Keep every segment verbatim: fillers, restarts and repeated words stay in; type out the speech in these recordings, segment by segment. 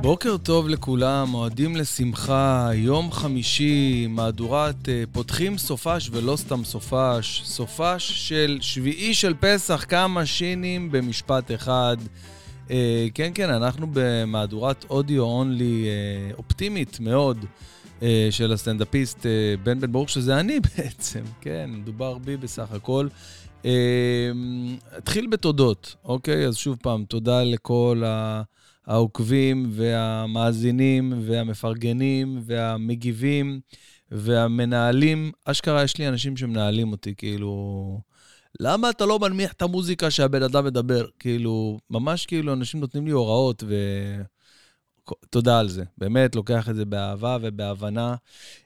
בוקר טוב לכולם, מועדים לשמחה, יום חמישי, מהדורת פותחים סופש ולא סתם סופש, סופש של שביעי של פסח, כמה שינים במשפט אחד. כן, כן, אנחנו במהדורת אודיו אונלי אופטימית מאוד של הסטנדאפיסט בן בן ברוך, שזה אני בעצם, כן, מדובר בי בסך הכל. התחיל בתודות, אוקיי? אז שוב פעם, תודה לכל ה... העוקבים והמאזינים והמפרגנים והמגיבים והמנהלים. אשכרה יש לי אנשים שמנהלים אותי, כאילו, למה אתה לא מנמיך את המוזיקה שהבן אדם מדבר? כאילו, ממש כאילו אנשים נותנים לי הוראות ותודה על זה. באמת, לוקח את זה באהבה ובהבנה.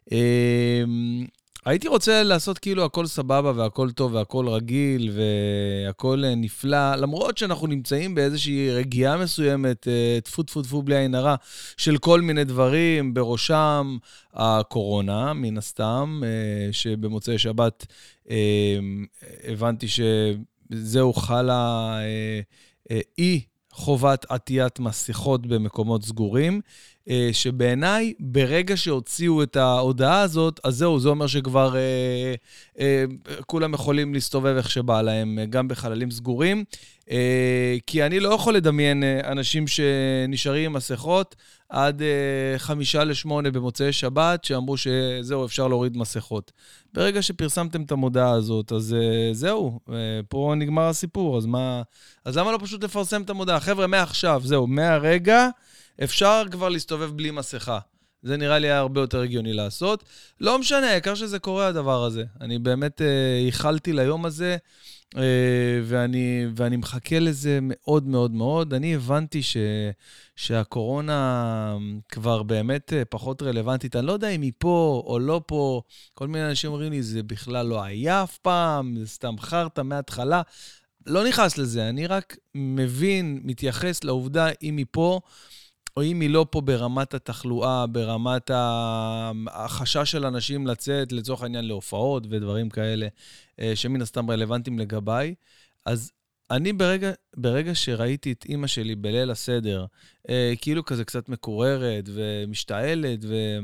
הייתי רוצה לעשות כאילו הכל סבבה והכל טוב והכל רגיל והכל נפלא, למרות שאנחנו נמצאים באיזושהי רגיעה מסוימת, תפו תפו תפו בלי עין הרע, של כל מיני דברים, בראשם הקורונה, מן הסתם, שבמוצאי שבת הבנתי שזהו חלה אי חובת עטיית מסכות במקומות סגורים, שבעיניי, ברגע שהוציאו את ההודעה הזאת, אז זהו, זה אומר שכבר אה, אה, כולם יכולים להסתובב איך שבא להם, גם בחללים סגורים, אה, כי אני לא יכול לדמיין אנשים שנשארים עם מסכות עד אה, חמישה לשמונה במוצאי שבת, שאמרו שזהו, אפשר להוריד מסכות. ברגע שפרסמתם את המודעה הזאת, אז אה, זהו, אה, פה נגמר הסיפור, אז מה, אז למה לא פשוט לפרסם את המודעה? חבר'ה, מעכשיו, זהו, מהרגע, אפשר כבר להסתובב בלי מסכה. זה נראה לי היה הרבה יותר הגיוני לעשות. לא משנה, העיקר שזה קורה הדבר הזה. אני באמת אה, ייחלתי ליום הזה, אה, ואני, ואני מחכה לזה מאוד מאוד מאוד. אני הבנתי ש, שהקורונה כבר באמת אה, פחות רלוונטית. אני לא יודע אם היא פה או לא פה. כל מיני אנשים אומרים לי, זה בכלל לא היה אף פעם, זה סתם חרטה מההתחלה. לא נכנס לזה, אני רק מבין, מתייחס לעובדה אם היא פה, או אם היא לא פה ברמת התחלואה, ברמת החשש של אנשים לצאת, לצורך העניין להופעות ודברים כאלה, שמן הסתם רלוונטיים לגביי. אז אני ברגע, ברגע שראיתי את אמא שלי בליל הסדר, כאילו כזה קצת מקוררת ומשתעלת,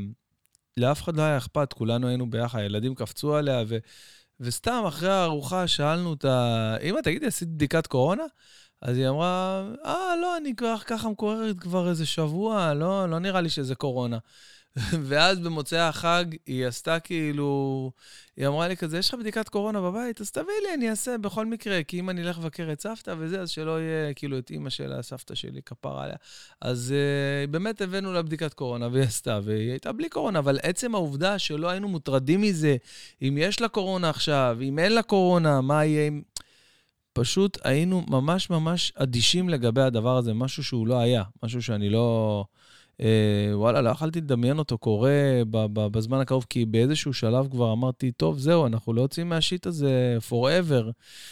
ולאף אחד לא היה אכפת, כולנו היינו ביחד, הילדים קפצו עליה, ו... וסתם אחרי הארוחה שאלנו אותה, אמא, תגידי, עשית בדיקת קורונה? אז היא אמרה, אה, לא, אני ככה מקוררת כבר איזה שבוע, לא, לא נראה לי שזה קורונה. ואז במוצאי החג היא עשתה כאילו, היא אמרה לי כזה, יש לך בדיקת קורונה בבית? אז תביא לי, אני אעשה בכל מקרה, כי אם אני אלך לבקר את סבתא וזה, אז שלא יהיה כאילו את אמא של הסבתא שלי, כפרה עליה. אז uh, באמת הבאנו לה בדיקת קורונה, והיא עשתה, והיא הייתה בלי קורונה, אבל עצם העובדה שלא היינו מוטרדים מזה, אם יש לה קורונה עכשיו, אם אין לה קורונה, מה יהיה עם... פשוט היינו ממש ממש אדישים לגבי הדבר הזה, משהו שהוא לא היה, משהו שאני לא... אה, וואלה, לא יכולתי לדמיין אותו קורה ב- ב- בזמן הקרוב, כי באיזשהו שלב כבר אמרתי, טוב, זהו, אנחנו לא יוצאים מהשיט הזה forever,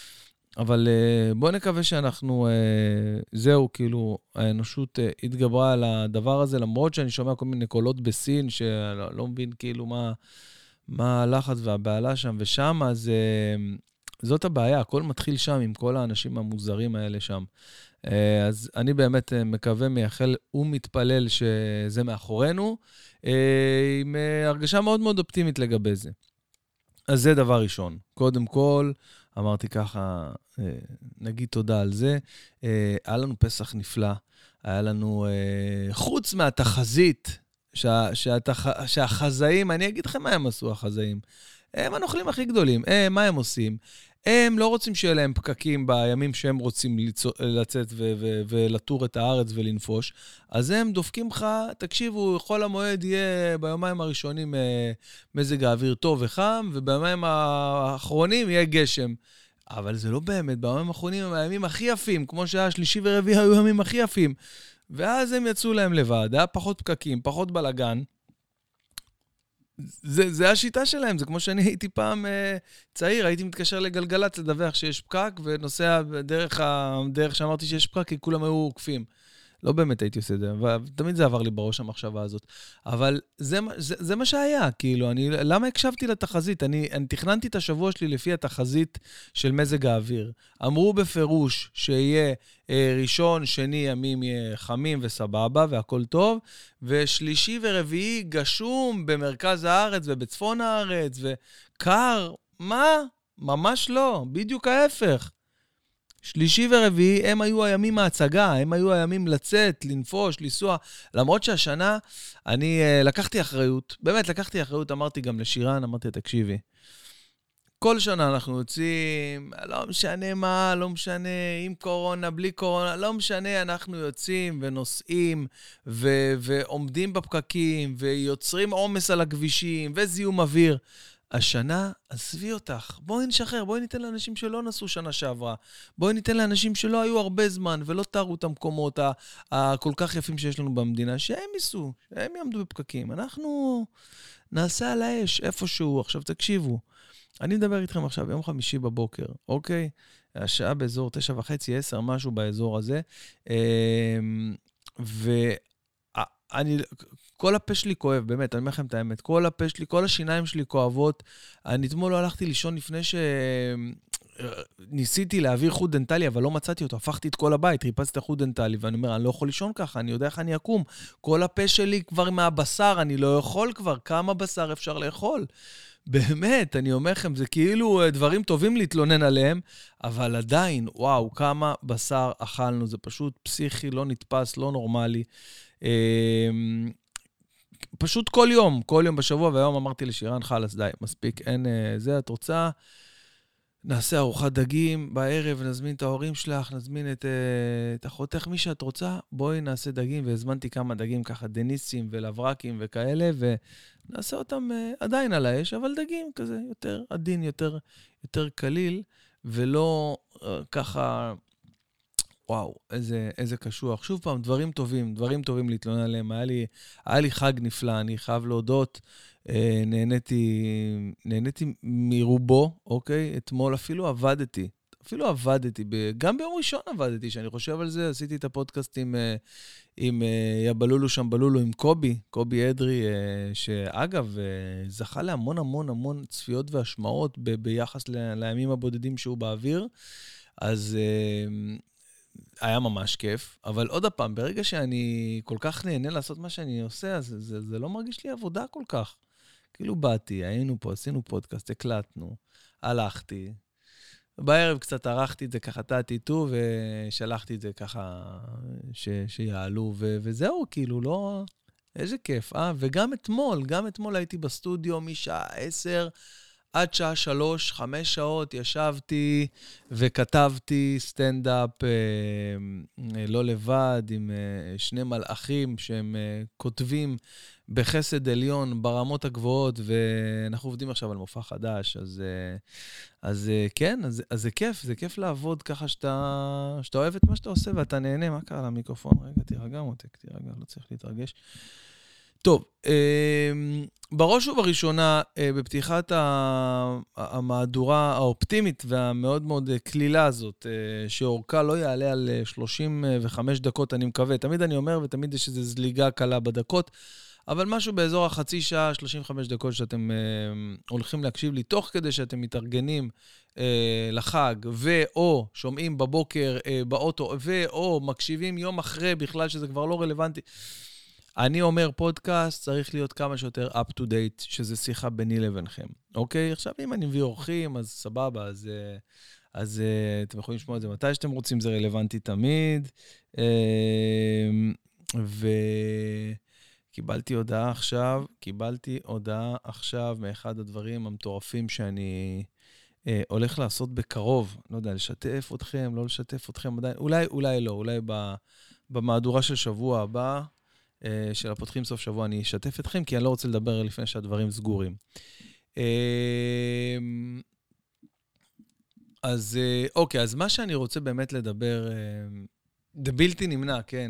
אבל אה, בוא נקווה שאנחנו, אה, זהו, כאילו, האנושות אה, התגברה על הדבר הזה, למרות שאני שומע כל מיני קולות בסין, שלא לא מבין כאילו מה, מה הלחץ והבעלה שם ושם, אז... אה, זאת הבעיה, הכל מתחיל שם עם כל האנשים המוזרים האלה שם. אז אני באמת מקווה, מייחל ומתפלל שזה מאחורינו, עם הרגשה מאוד מאוד אופטימית לגבי זה. אז זה דבר ראשון. קודם כל, אמרתי ככה, נגיד תודה על זה. היה לנו פסח נפלא, היה לנו, חוץ מהתחזית, שה, שהתח, שהחזאים, אני אגיד לכם מה הם עשו החזאים, הם הנוכלים הכי גדולים. הם, מה הם עושים? הם לא רוצים שיהיה להם פקקים בימים שהם רוצים לצאת ו- ו- ולטור את הארץ ולנפוש. אז הם דופקים לך, תקשיבו, חול המועד יהיה ביומיים הראשונים מזג האוויר טוב וחם, וביומיים האחרונים יהיה גשם. אבל זה לא באמת, ביומיים האחרונים הם הימים הכי יפים, כמו שהיה שלישי ורביעי היו הימים הכי יפים. ואז הם יצאו להם לבד, היה פחות פקקים, פחות בלגן. זה, זה השיטה שלהם, זה כמו שאני הייתי פעם אה, צעיר, הייתי מתקשר לגלגלצ לדווח שיש פקק, ונוסע דרך, ה, דרך שאמרתי שיש פקק, כי כולם היו עוקפים. לא באמת הייתי עושה את זה, ותמיד זה עבר לי בראש המחשבה הזאת. אבל זה, זה, זה מה שהיה, כאילו, אני, למה הקשבתי לתחזית? אני, אני תכננתי את השבוע שלי לפי התחזית של מזג האוויר. אמרו בפירוש שיהיה אה, ראשון, שני, ימים יהיה חמים וסבבה, והכל טוב, ושלישי ורביעי גשום במרכז הארץ ובצפון הארץ, וקר, מה? ממש לא, בדיוק ההפך. שלישי ורביעי, הם היו הימים מההצגה, הם היו הימים לצאת, לנפוש, לנסוע. למרות שהשנה אני uh, לקחתי אחריות, באמת לקחתי אחריות, אמרתי גם לשירן, אמרתי, תקשיבי, כל שנה אנחנו יוצאים, לא משנה מה, לא משנה, עם קורונה, בלי קורונה, לא משנה, אנחנו יוצאים ונוסעים ו- ועומדים בפקקים ויוצרים עומס על הכבישים וזיהום אוויר. השנה, עזבי אותך, בואי נשחרר, בואי ניתן לאנשים שלא נסעו שנה שעברה, בואי ניתן לאנשים שלא היו הרבה זמן ולא תארו את המקומות הכל כך יפים שיש לנו במדינה, שהם ייסעו, שהם יעמדו בפקקים. אנחנו נעשה על האש איפשהו. עכשיו תקשיבו, אני מדבר איתכם עכשיו יום חמישי בבוקר, אוקיי? השעה באזור תשע וחצי, עשר, משהו באזור הזה, ואני... כל הפה שלי כואב, באמת, אני אומר לכם את האמת. כל הפה שלי, כל השיניים שלי כואבות. אני אתמול לא הלכתי לישון לפני שניסיתי להעביר חוט דנטלי, אבל לא מצאתי אותו. הפכתי את כל הבית, ריפצתי את החוט דנטלי, ואני אומר, אני לא יכול לישון ככה, אני יודע איך אני אקום. כל הפה שלי כבר מהבשר, אני לא יכול כבר. כמה בשר אפשר לאכול? באמת, אני אומר לכם, זה כאילו דברים טובים להתלונן עליהם, אבל עדיין, וואו, כמה בשר אכלנו. זה פשוט פסיכי, לא נתפס, לא נורמלי. פשוט כל יום, כל יום בשבוע, והיום אמרתי לשירן, חלס, די, מספיק, אין זה, את רוצה, נעשה ארוחת דגים, בערב נזמין את ההורים שלך, נזמין את, את אחותך, מי שאת רוצה, בואי נעשה דגים, והזמנתי כמה דגים ככה, דניסים ולברקים וכאלה, ונעשה אותם עדיין על האש, אבל דגים כזה, יותר עדין, יותר, יותר קליל, ולא ככה... וואו, איזה, איזה קשוח. שוב פעם, דברים טובים, דברים טובים להתלונן עליהם. היה לי, היה לי חג נפלא, אני חייב להודות, אה, נהניתי, נהניתי מרובו, אוקיי? אתמול אפילו עבדתי, אפילו עבדתי, ב, גם ביום ראשון עבדתי, שאני חושב על זה, עשיתי את הפודקאסט עם, אה, עם אה, יבלולו שם בלולו, עם קובי, קובי אדרי, אה, שאגב, אה, זכה להמון המון המון צפיות והשמעות ב, ביחס ל, לימים הבודדים שהוא באוויר, אז... אה, היה ממש כיף, אבל עוד הפעם, ברגע שאני כל כך נהנה לעשות מה שאני עושה, אז זה, זה לא מרגיש לי עבודה כל כך. כאילו באתי, היינו פה, עשינו פודקאסט, הקלטנו, הלכתי, בערב קצת ערכתי את זה ככה, תעתי איתו, ושלחתי את זה ככה, ש, שיעלו, ו, וזהו, כאילו, לא... איזה כיף, אה? וגם אתמול, גם אתמול הייתי בסטודיו משעה עשר, עד שעה שלוש, חמש שעות, ישבתי וכתבתי סטנדאפ אה, אה, לא לבד, עם אה, שני מלאכים שהם אה, כותבים בחסד עליון ברמות הגבוהות, ואנחנו עובדים עכשיו על מופע חדש, אז, אה, אז אה, כן, אז, אז זה כיף, זה כיף לעבוד ככה שאתה, שאתה אוהב את מה שאתה עושה ואתה נהנה. מה קרה למיקרופון? רגע, תירגע מותק, תירגע, לא צריך להתרגש. טוב, בראש ובראשונה, בפתיחת המהדורה האופטימית והמאוד מאוד כלילה הזאת, שאורכה לא יעלה על שלושים וחמש דקות, אני מקווה. תמיד אני אומר, ותמיד יש איזו זליגה קלה בדקות, אבל משהו באזור החצי שעה, שלושים וחמש דקות שאתם הולכים להקשיב לי, תוך כדי שאתם מתארגנים לחג, ו/או שומעים בבוקר באוטו, ו/או מקשיבים יום אחרי בכלל שזה כבר לא רלוונטי. אני אומר, פודקאסט צריך להיות כמה שיותר up to date, שזה שיחה ביני לבינכם. אוקיי? עכשיו, אם אני מביא אורחים, אז סבבה, אז, אז אתם יכולים לשמוע את זה מתי שאתם רוצים, זה רלוונטי תמיד. וקיבלתי הודעה עכשיו, קיבלתי הודעה עכשיו מאחד הדברים המטורפים שאני הולך לעשות בקרוב. לא יודע, לשתף אתכם, לא לשתף אתכם עדיין. אולי, אולי לא, אולי במהדורה של שבוע הבא, של הפותחים סוף שבוע, אני אשתף אתכם, כי אני לא רוצה לדבר לפני שהדברים סגורים. אז, אוקיי, אז מה שאני רוצה באמת לדבר, זה בלתי נמנע, כן.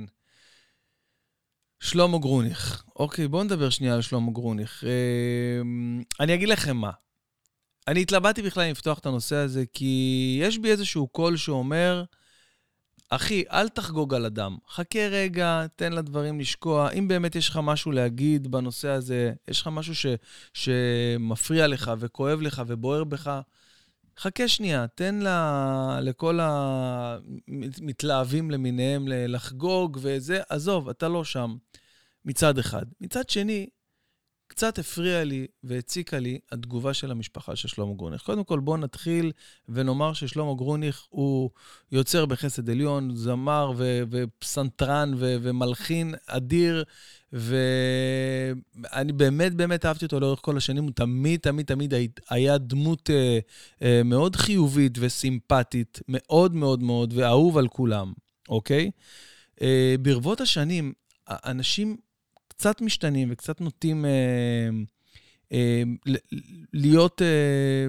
שלמה גרוניך. אוקיי, בואו נדבר שנייה על שלמה גרוניך. אני אגיד לכם מה. אני התלבטתי בכלל לפתוח את הנושא הזה, כי יש בי איזשהו קול שאומר, אחי, אל תחגוג על אדם. חכה רגע, תן לדברים לשקוע. אם באמת יש לך משהו להגיד בנושא הזה, יש לך משהו ש, שמפריע לך וכואב לך ובוער בך, חכה שנייה, תן לה, לכל המתלהבים למיניהם לחגוג וזה, עזוב, אתה לא שם מצד אחד. מצד שני, קצת הפריע לי והציקה לי התגובה של המשפחה של שלמה גרוניך. קודם כל בואו נתחיל ונאמר ששלמה גרוניך הוא יוצר בחסד עליון, זמר ו- ופסנתרן ו- ומלחין אדיר, ואני באמת באמת אהבתי אותו לאורך כל השנים, הוא תמיד תמיד תמיד היה דמות אה, אה, מאוד חיובית וסימפטית, מאוד מאוד מאוד, ואהוב על כולם, אוקיי? אה, ברבות השנים, אנשים קצת משתנים וקצת נוטים אה, אה, להיות אה,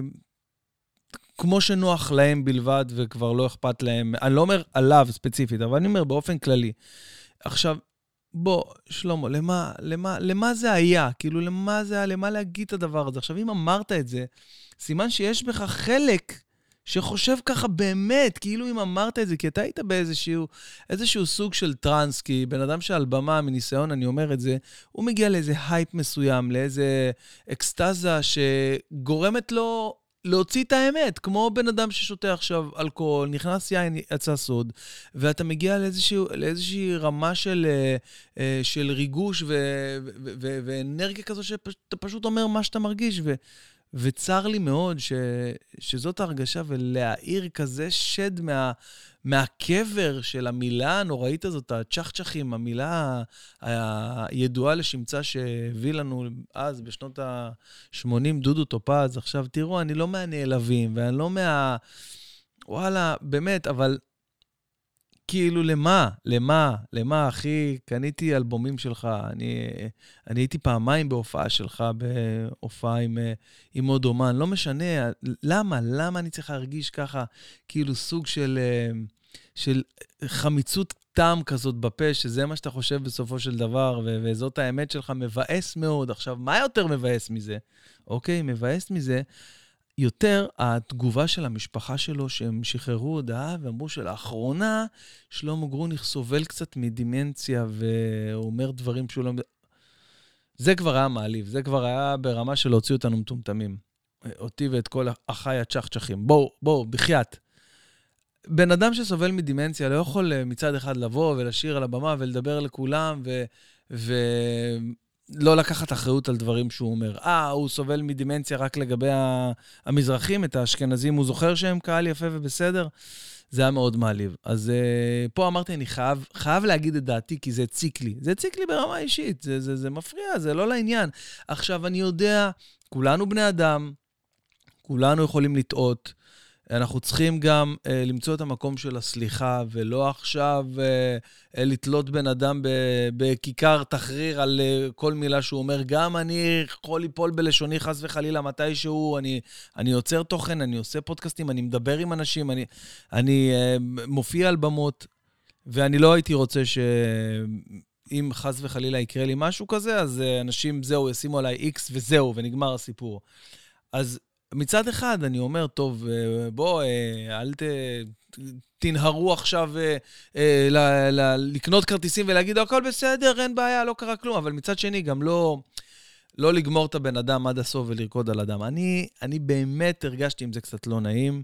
כמו שנוח להם בלבד וכבר לא אכפת להם. אני לא אומר עליו ספציפית, אבל אני אומר באופן כללי. עכשיו, בוא, שלמה, למה, למה, למה זה היה? כאילו, למה זה היה? למה להגיד את הדבר הזה? עכשיו, אם אמרת את זה, סימן שיש בך חלק שחושב ככה באמת, כאילו אם אמרת את זה, כי אתה היית באיזשהו איזשהו סוג של טרנס, כי בן אדם שעל במה, מניסיון, אני אומר את זה, הוא מגיע לאיזה הייפ מסוים, לאיזה אקסטזה שגורמת לו להוציא את האמת, כמו בן אדם ששותה עכשיו אלכוהול, נכנס יין, יצא סוד, ואתה מגיע לאיזשהו, לאיזושהי רמה של, של ריגוש ו, ו, ו, ואנרגיה כזו שאתה פשוט אומר מה שאתה מרגיש, ו... וצר לי מאוד ש, שזאת הרגשה, ולהעיר כזה שד מה, מהקבר של המילה הנוראית הזאת, הצ'חצ'חים, המילה הידועה לשמצה שהביא לנו אז, בשנות ה-שמונים, דודו טופז. עכשיו, תראו, אני לא מהנעלבים, ואני לא מה... וואלה, באמת, אבל... כאילו, למה? למה? למה, אחי? קניתי אלבומים שלך. אני, אני הייתי פעמיים בהופעה שלך, בהופעה עם, עם עוד אומן. לא משנה. למה? למה אני צריך להרגיש ככה, כאילו, סוג של, של חמיצות טעם כזאת בפה, שזה מה שאתה חושב בסופו של דבר, ו- וזאת האמת שלך, מבאס מאוד. עכשיו, מה יותר מבאס מזה? אוקיי, מבאס מזה. יותר התגובה של המשפחה שלו, שהם שחררו הודעה ואמרו שלאחרונה שלמה גרוניך סובל קצת מדימנציה, והוא אומר דברים שהוא לא... זה כבר היה מעליב, זה כבר היה ברמה של להוציא אותנו מטומטמים. אותי ואת כל אחי הצ'חצ'חים. בואו, בואו, בחייאת. בן אדם שסובל מדימנציה לא יכול מצד אחד לבוא ולשיר על הבמה ולדבר לכולם, ו... ו... לא לקחת אחריות על דברים שהוא אומר. אה, הוא סובל מדימנציה רק לגבי המזרחים, את האשכנזים, הוא זוכר שהם קהל יפה ובסדר? זה היה מאוד מעליב. אז uh, פה אמרתי, אני חייב, חייב להגיד את דעתי, כי זה הציק לי. זה הציק לי ברמה אישית, זה, זה, זה מפריע, זה לא לעניין. עכשיו, אני יודע, כולנו בני אדם, כולנו יכולים לטעות, אנחנו צריכים גם uh, למצוא את המקום של הסליחה, ולא עכשיו uh, uh, לתלות בן אדם בכיכר תחריר על uh, כל מילה שהוא אומר. גם אני יכול ליפול בלשוני חס וחלילה מתישהו, אני, אני יוצר תוכן, אני עושה פודקאסטים, אני מדבר עם אנשים, אני, אני uh, מופיע על במות, ואני לא הייתי רוצה שאם חס וחלילה יקרה לי משהו כזה, אז uh, אנשים זהו, ישימו עליי איקס וזהו, ונגמר הסיפור. אז מצד אחד אני אומר, טוב, בוא, אל ת... תנהרו עכשיו ל... ל... לקנות כרטיסים ולהגיד, הכל בסדר, אין בעיה, לא קרה כלום, אבל מצד שני גם לא, לא לגמור את הבן אדם עד הסוף ולרקוד על אדם. אני, אני באמת הרגשתי עם זה קצת לא נעים.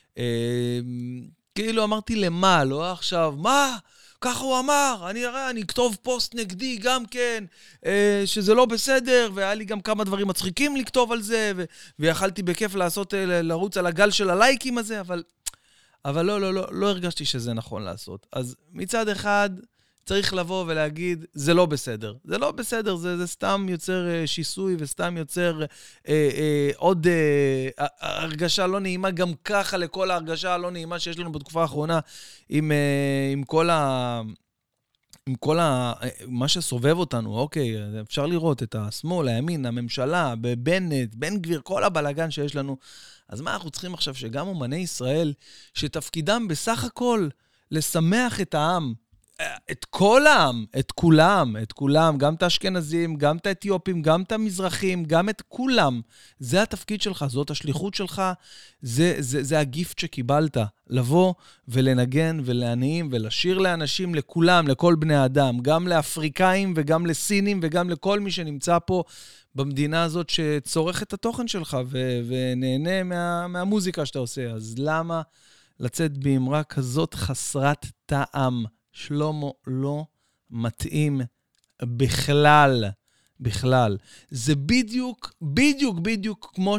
כאילו אמרתי למה, לא עכשיו, מה? ככה הוא אמר, אני הרי, אני אכתוב פוסט נגדי גם כן, אה, שזה לא בסדר, והיה לי גם כמה דברים מצחיקים לכתוב על זה, ו- ויכלתי בכיף לעשות, אה, לרוץ על הגל של הלייקים הזה, אבל, אבל לא, לא, לא, לא הרגשתי שזה נכון לעשות. אז מצד אחד, צריך לבוא ולהגיד, זה לא בסדר. זה לא בסדר, זה, זה סתם יוצר אה, שיסוי, וסתם יוצר אה, אה, עוד אה, הרגשה לא נעימה, גם ככה לכל ההרגשה הלא נעימה שיש לנו בתקופה האחרונה, עם, אה, עם כל ה... עם כל ה... מה שסובב אותנו, אוקיי, אפשר לראות את השמאל, הימין, הממשלה, בבנט, בן גביר, כל הבלגן שיש לנו. אז מה אנחנו צריכים עכשיו שגם אומני ישראל, שתפקידם בסך הכל לשמח את העם, את כל העם, את כולם, את כולם, גם את האשכנזים, גם את האתיופים, גם את המזרחים, גם את כולם. זה התפקיד שלך, זאת השליחות שלך, זה, זה, זה הגיפט שקיבלת, לבוא ולנגן ולעניים ולשיר לאנשים, לכולם, לכל בני האדם, גם לאפריקאים וגם לסינים וגם לכל מי שנמצא פה במדינה הזאת שצורך את התוכן שלך ו- ונהנה מה- מהמוזיקה שאתה עושה. אז למה לצאת באמרה כזאת חסרת טעם? שלמה לא מתאים בכלל, בכלל. זה בדיוק, בדיוק, בדיוק כמו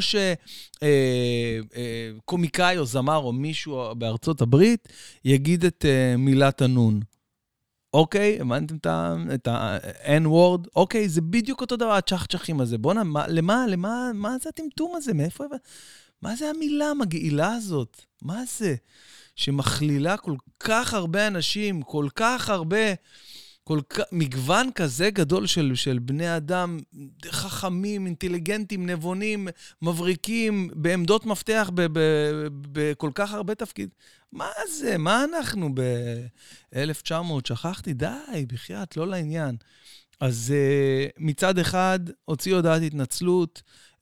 שקומיקאי או זמר או מישהו בארצות הברית יגיד את מילת הנון. אוקיי, הבנתם את ה-N-word? אוקיי, זה בדיוק אותו דבר, הצ'חצ'חים הזה. בואו נע, למה, למה, מה זה הטמטום הזה? מאיפה, מה זה המילה המגעילה הזאת? מה זה? שמכלילה כל כך הרבה אנשים, כל כך הרבה, כל כך, מגוון כזה גדול של, של בני אדם, חכמים, אינטליגנטים, נבונים, מבריקים, בעמדות מפתח, בכל כך הרבה תפקיד. מה זה? מה אנחנו ב-אלף תשע מאות? שכחתי, די, בחייאת, לא לעניין. אז מצד אחד, הוציא הודעת התנצלות,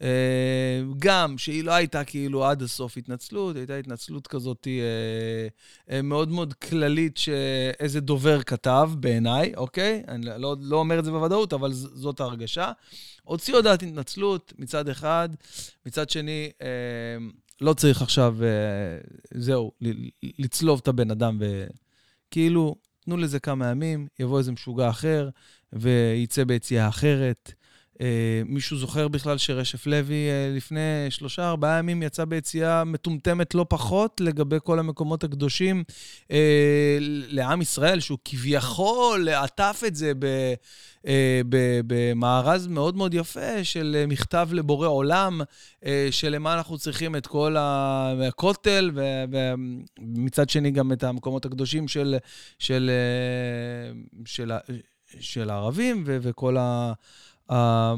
גם שהיא לא הייתה כאילו עד הסוף התנצלות, הייתה התנצלות כזאת מאוד מאוד כללית שאיזה דובר כתב בעיניי, אוקיי? אני לא, לא אומר את זה בוודאות, אבל זאת ההרגשה. הוציא הודעת התנצלות מצד אחד, מצד שני, לא צריך עכשיו, זהו, לצלוב את הבן אדם וכאילו, תנו לזה כמה ימים, יבוא איזה משוגע אחר וייצא ביציאה אחרת. Uh, מישהו זוכר בכלל שרשף לוי uh, לפני שלושה, ארבעה ימים יצא ביציאה מטומטמת לא פחות לגבי כל המקומות הקדושים uh, לעם ישראל, שהוא כביכול עטף את זה ב, uh, ב, במארז מאוד מאוד יפה של מכתב לבורא עולם, uh, שלמה אנחנו צריכים את כל הכותל, ומצד שני גם את המקומות הקדושים של, של, uh, של, של, של הערבים ו, וכל ה... Uh,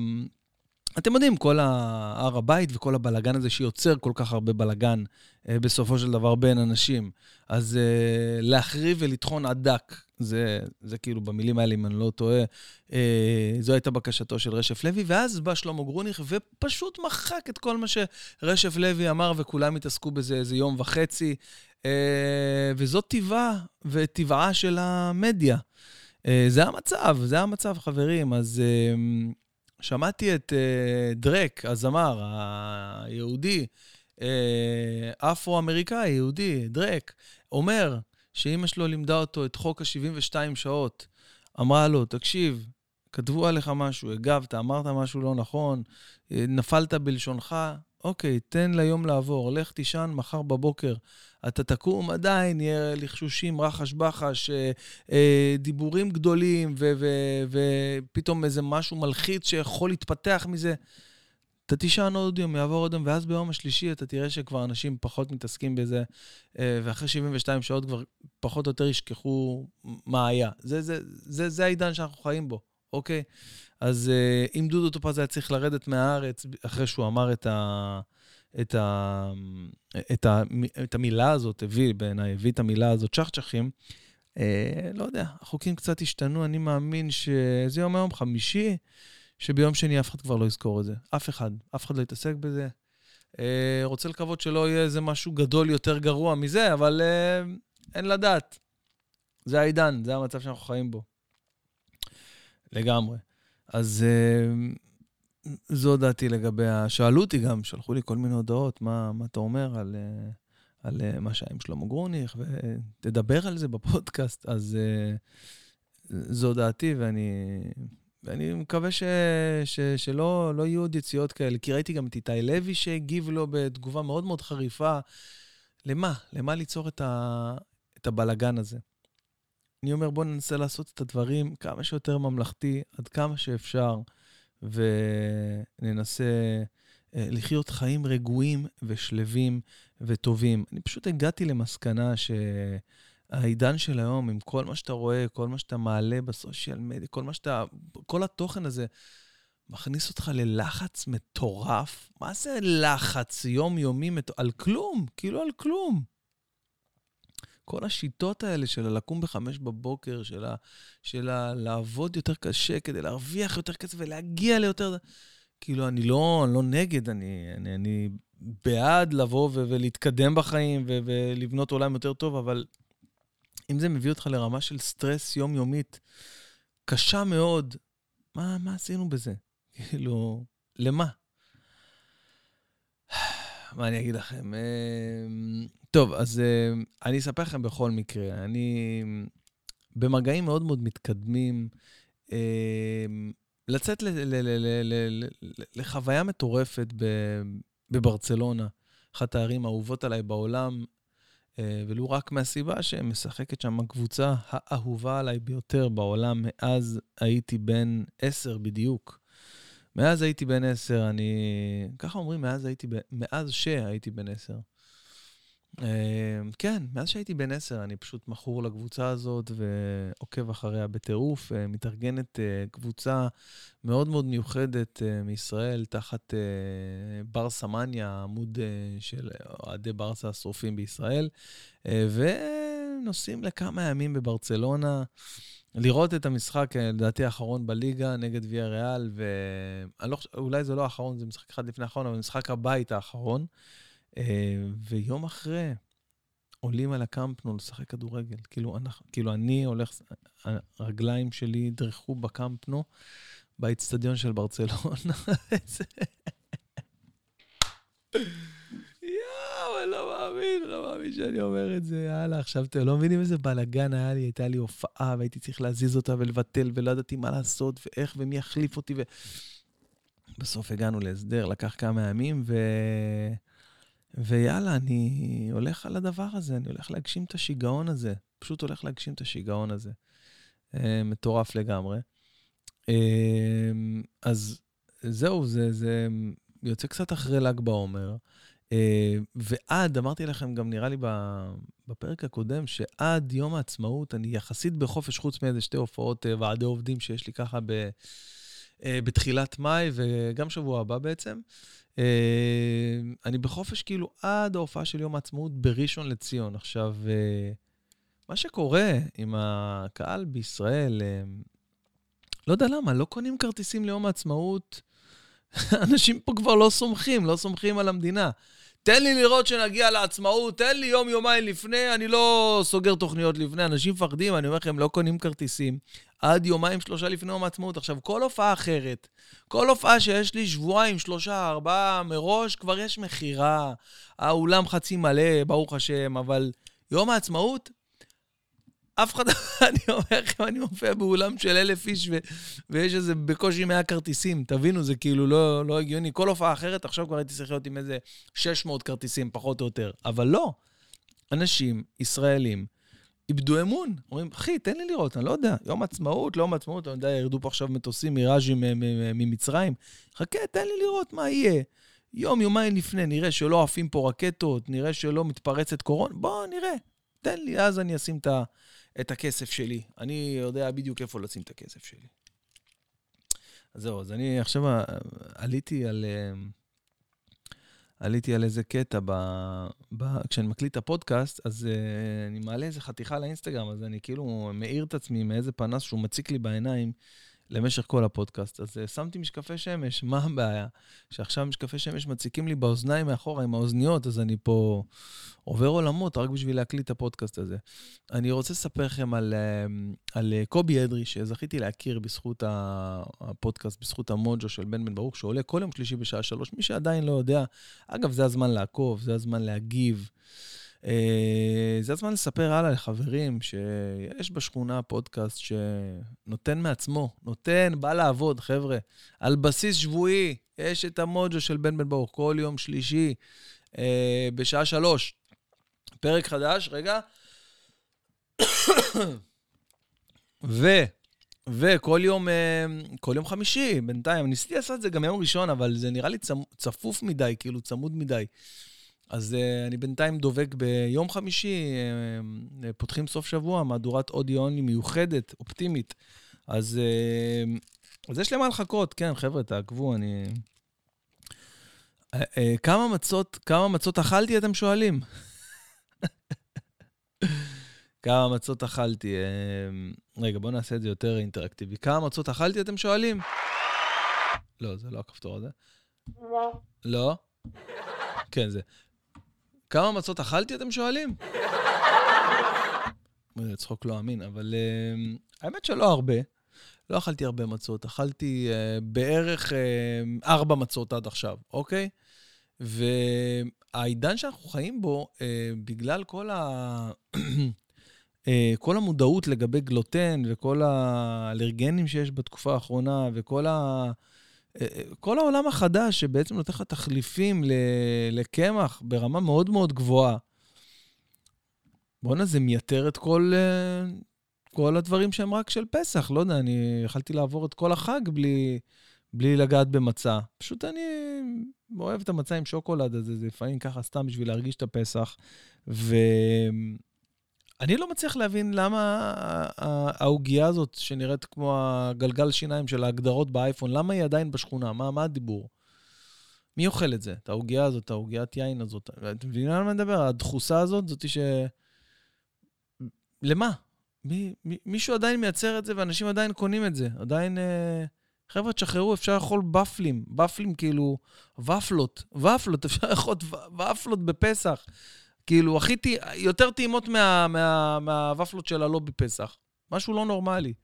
אתם יודעים, כל הר הבית וכל הבלגן הזה שיוצר כל כך הרבה בלגן uh, בסופו של דבר בין אנשים. אז uh, להחריב ולטחון עד דק, זה, זה כאילו במילים האלה, אם אני לא טועה, uh, זו הייתה בקשתו של רשף לוי, ואז בא שלמה גרוניך ופשוט מחק את כל מה שרשף לוי אמר, וכולם התעסקו בזה איזה יום וחצי, uh, וזאת טבעה וטבעה של המדיה. Uh, זה המצב, זה המצב, חברים. אז uh, שמעתי את uh, דרק, הזמר היהודי, uh, אפרו-אמריקאי, יהודי, דרק, אומר שאמא שלו לימדה אותו את חוק ה-שבעים ושתיים שעות. אמרה לו, תקשיב, כתבו עליך משהו, הגבת, אמרת משהו לא נכון, נפלת בלשונך, אוקיי, תן ליום לעבור, לך תישן מחר בבוקר. אתה תקום עדיין, יהיה לחשושים, רחש בחש, דיבורים גדולים, ופתאום איזה משהו מלחיץ שיכול להתפתח מזה. אתה תישן עוד יום, יעבור עוד יום, ואז ביום השלישי אתה תראה שכבר אנשים פחות מתעסקים בזה, ואחרי שבעים ושתיים שעות כבר פחות או יותר ישכחו מה היה. זה, זה, זה, זה העידן שאנחנו חיים בו, אוקיי? אז אם דודו טופז היה צריך לרדת מהארץ, אחרי שהוא אמר את ה... את, ה, את, ה, את המילה הזאת, הביא בעיניי, הביא את המילה הזאת, צ'חצ'חים, אה, לא יודע, החוקים קצת השתנו, אני מאמין שזה יום היום חמישי, שביום שני אף אחד כבר לא יזכור את זה. אף אחד, אף אחד לא יתעסק בזה. אה, רוצה לקוות שלא יהיה איזה משהו גדול יותר גרוע מזה, אבל אה, אין לדעת. זה העידן, זה המצב שאנחנו חיים בו. לגמרי. אז... אה, זו דעתי לגבי, שאלו אותי גם, שלחו לי כל מיני הודעות, מה, מה אתה אומר על, על מה שהיה עם שלמה גרוניך, ותדבר על זה בפודקאסט, אז זו דעתי, ואני, ואני מקווה ש, ש, שלא לא יהיו עוד יציאות כאלה, כי ראיתי גם את איתי לוי שהגיב לו בתגובה מאוד מאוד חריפה, למה? למה ליצור את, ה, את הבלגן הזה? אני אומר, בוא ננסה לעשות את הדברים כמה שיותר ממלכתי, עד כמה שאפשר, וננסה לחיות חיים רגועים ושלבים וטובים. אני פשוט הגעתי למסקנה שהעידן של היום, עם כל מה שאתה רואה, כל מה שאתה מעלה בסושיאל מדיה, כל מה שאתה, כל התוכן הזה, מכניס אותך ללחץ מטורף. מה זה לחץ יומיומי מטורף? על כלום, כאילו על כלום. כל השיטות האלה של לקום בחמש בבוקר, של, ה, של ה, לעבוד יותר קשה כדי להרוויח יותר כסף ולהגיע ליותר... כאילו, אני לא, אני לא נגד, אני, אני, אני בעד לבוא ו- ולהתקדם בחיים ו- ולבנות עולם יותר טוב, אבל אם זה מביא אותך לרמה של סטרס יומיומית, קשה מאוד, מה, מה עשינו בזה? כאילו, למה? מה אני אגיד לכם? טוב, אז אני אספר לכם בכל מקרה. אני במגעים מאוד מאוד מתקדמים, לצאת ל- ל- ל- ל- ל- לחוויה מטורפת בברצלונה, אחת הערים האהובות עליי בעולם, ולו רק מהסיבה שמשחקת שם קבוצה האהובה עליי ביותר בעולם, מאז הייתי בן עשר בדיוק. מאז הייתי בן עשר, אני... ככה אומרים, מאז הייתי ב... מאז שהייתי בן עשר. כן, מאז שהייתי בן עשר, אני פשוט מכור לקבוצה הזאת ועוקב אחריה בטירוף. מתארגנת קבוצה מאוד מאוד מיוחדת מישראל, תחת ברסה מניה, העמוד של אוהדי ברסה השרופים בישראל, ונוסעים לכמה ימים בברצלונה, לראות את המשחק, לדעתי האחרון בליגה, נגד ויה ריאל, ואולי זה לא האחרון, זה משחק אחד לפני האחרון, אבל משחק הבית האחרון, ויום אחרי עולים על הקמפנו לשחק כדורגל. כאילו, אנחנו, כאילו אני הולך, הרגליים שלי דרכו בקמפנו, באצטדיון של ברצלונה. יאו, אני לא מאמין, לא מאמין שאני אומר את זה. יאללה, עכשיו אתם לא מבינים איזה בלגן היה לי, הייתה לי הופעה, והייתי צריך להזיז אותה ולבטל, ולא ידעתי מה לעשות, ואיך, ומי יחליף אותי, ובסוף הגענו להסדר, לקח כמה ימים, ו... ויאללה, אני הולך על הדבר הזה, אני הולך להגשים את השיגעון הזה, פשוט הולך להגשים את השיגעון הזה. מטורף לגמרי. אז זהו, זה, זה יוצא קצת אחרי ל"ג בעומר, ועד, אמרתי לכם גם נראה לי בפרק הקודם, שעד יום העצמאות אני יחסית בחופש, חוץ מאיזה שתי הופעות ועדי עובדים שיש לי ככה ב, בתחילת מאי, וגם שבוע הבא בעצם, אני בחופש כאילו עד ההופעה של יום העצמאות בראשון לציון. עכשיו, מה שקורה עם הקהל בישראל, לא יודע למה, לא קונים כרטיסים ליום העצמאות, אנשים פה כבר לא סומכים, לא סומכים על המדינה. תן לי לראות שנגיע לעצמאות, תן לי יום יומיים לפני, אני לא סוגר תוכניות לפני, אנשים מפחדים, אני אומר לכם, לא קונים כרטיסים, עד יומיים שלושה לפני יום העצמאות. עכשיו, כל הופעה אחרת, כל הופעה שיש לי שבועיים, שלושה, ארבעה מראש, כבר יש מחירה, האולם חצי מלא, ברוך השם, אבל יום העצמאות, אף אחד, אני אומר לכם, אני מופיע באולם של אלף איש, ו- ויש איזה בקושי מאה כרטיסים, תבינו, זה כאילו לא, לא הגיוני. כל הופעה אחרת, עכשיו כבר הייתי צריך להיות עם איזה שש מאות כרטיסים, פחות או יותר. אבל לא, אנשים, ישראלים, איבדו אמון. אומרים, אחי, תן לי לראות, אני לא יודע, יום עצמאות, לא יום עצמאות, אני יודע, ירדו פה עכשיו מטוסים מיראז'ים ממצרים. חכה, תן לי לראות מה יהיה. יום, יומיים לפני, נראה שלא עפים פה רקטות, נראה שלא מתפרצת קורונה, בוא, נראה. תן לי, אז אני אשים את ה... את הכסף שלי. אני יודע בדיוק איפה לשים את הכסף שלי. אז זהו, אז אני עכשיו עליתי על, עליתי על איזה קטע, ב, ב, כשאני מקליט את הפודקאסט, אז אני מעלה איזה חתיכה לאינסטגרם, אז אני כאילו מאיר את עצמי מאיזה פנס שהוא מציק לי בעיניים, למשך כל הפודקאסט. אז שמתי משקפי שמש, מה הבעיה? שעכשיו משקפי שמש מציקים לי באוזניים מאחורה עם האוזניות, אז אני פה עובר עולמות רק בשביל להקליט את הפודקאסט הזה. אני רוצה לספר לכם על, על קובי אדרי, שזכיתי להכיר בזכות הפודקאסט, בזכות המוג'ו של בן בן ברוך, שעולה כל יום שלישי בשעה שלוש. מי שעדיין לא יודע, אגב, זה הזמן לעקוב, זה הזמן להגיב, זה הזמן לספר הלאה לחברים שיש בשכונה פודקאסט שנותן מעצמו, נותן, בא לעבוד, חבר'ה, על בסיס שבועי. יש את המוג'ו של בן בן ברוך, כל יום שלישי בשעה שלוש. פרק חדש, רגע. ו... וכל יום, כל יום חמישי, בינתיים, ניסיתי לעשות את זה גם יום ראשון, אבל זה נראה לי צפוף מדי, כאילו צמוד מדי. אז uh, אני בינתיים דובק ביום חמישי, uh, פותחים סוף שבוע, מהדורת אודיו אונלי מיוחדת, אופטימית. אז, uh, אז יש למה לחכות, כן, חבר'ה, תעקבו, אני... Uh, uh, כמה מצות, כמה מצות אכלתי, אתם שואלים? כמה מצות אכלתי? רגע, בואו נעשה את זה יותר אינטראקטיבי. כמה מצות אכלתי, אתם שואלים? לא, זה לא הכפתור הזה. לא? כן, זה. כמה מצות אכלתי, אתם שואלים? זה צחוק לא אמין, אבל האמת שלא הרבה. לא אכלתי הרבה מצות, אכלתי בערך ארבע מצות עד עכשיו, אוקיי? והעידן שאנחנו חיים בו, בגלל כל ה... כל המודעות לגבי גלוטן וכל האלרגנים שיש בתקופה האחרונה, וכל ה... כל העולם החדש שבעצם נותן לך תחליפים לקמח ברמה מאוד מאוד גבוהה. בוא'נה, זה מייתר את כל, כל הדברים שהם רק של פסח. לא יודע, אני יכלתי לעבור את כל החג בלי, בלי לגעת במצה. פשוט אני אוהב את המצה עם שוקולד, אז זה לפעמים ככה סתם בשביל להרגיש את הפסח. ו... אני לא מצליח להבין למה ההוגיה הזאת, שנראית כמו הגלגל שיניים של ההגדרות באייפון, למה היא עדיין בשכונה? מה, מה הדיבור? מי אוכל את זה? את ההוגיה הזאת, את ההוגיית יין הזאת. אתם מבינים על מה נדבר? הדחוסה הזאת, זאת ש... למה? מי, מי, מישהו עדיין מייצר את זה, ואנשים עדיין קונים את זה. עדיין... אה... חבר'ה, תשחררו, אפשר לאכול בפלים. בפלים כאילו... ופלות. ופלות, אפשר לאכול ופלות בפסח. כאילו, הכי, יותר טעימות מה, מה, מהוופלות של הלא בפסח. משהו לא נורמלי.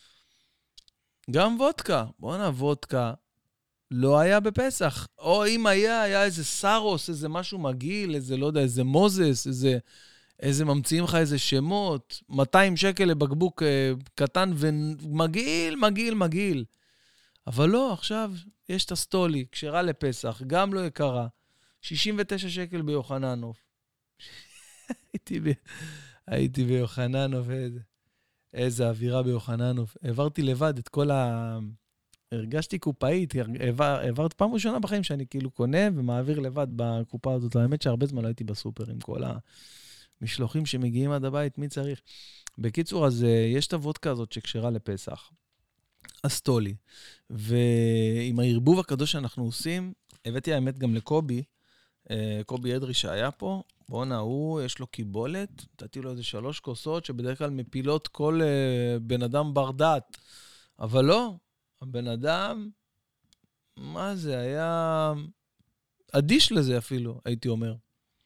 גם וודקה. בוא נה, וודקה לא היה בפסח. או אם היה, היה איזה סארוס, איזה משהו מגעיל, איזה, לא יודע, איזה מוזס, איזה, איזה ממציאים לך איזה שמות, מאתיים שקל לבקבוק אה, קטן ומגעיל, מגעיל, מגעיל. אבל לא, עכשיו יש את הסטולי, כשרה לפסח, גם לא יקרה. שישים ותשע שקל ביוחננוף. הייתי, ב... הייתי ביוחננוף, איזה... איזה אווירה ביוחננוף. העברתי לבד את כל ה... הרגשתי קופאית, העבר... העברת פעם ראשונה בחיים שאני כאילו קונה ומעביר לבד בקופה הזאת. האמת שהרבה זמן לא הייתי בסופר עם כל המשלוחים שמגיעים עד הבית, מי צריך? בקיצור, אז יש את הוודקה הזאת שקשרה לפסח. אסטולי. ועם הערבוב הקדוש שאנחנו עושים, הבאתי האמת גם לקובי, קובי אדרי שהיה פה, בונה, הוא, יש לו קיבולת, נתתי לו איזה שלוש כוסות, שבדרך כלל מפילות כל uh, בן אדם בר דעת. אבל לא, הבן אדם, מה זה, היה אדיש לזה אפילו, הייתי אומר.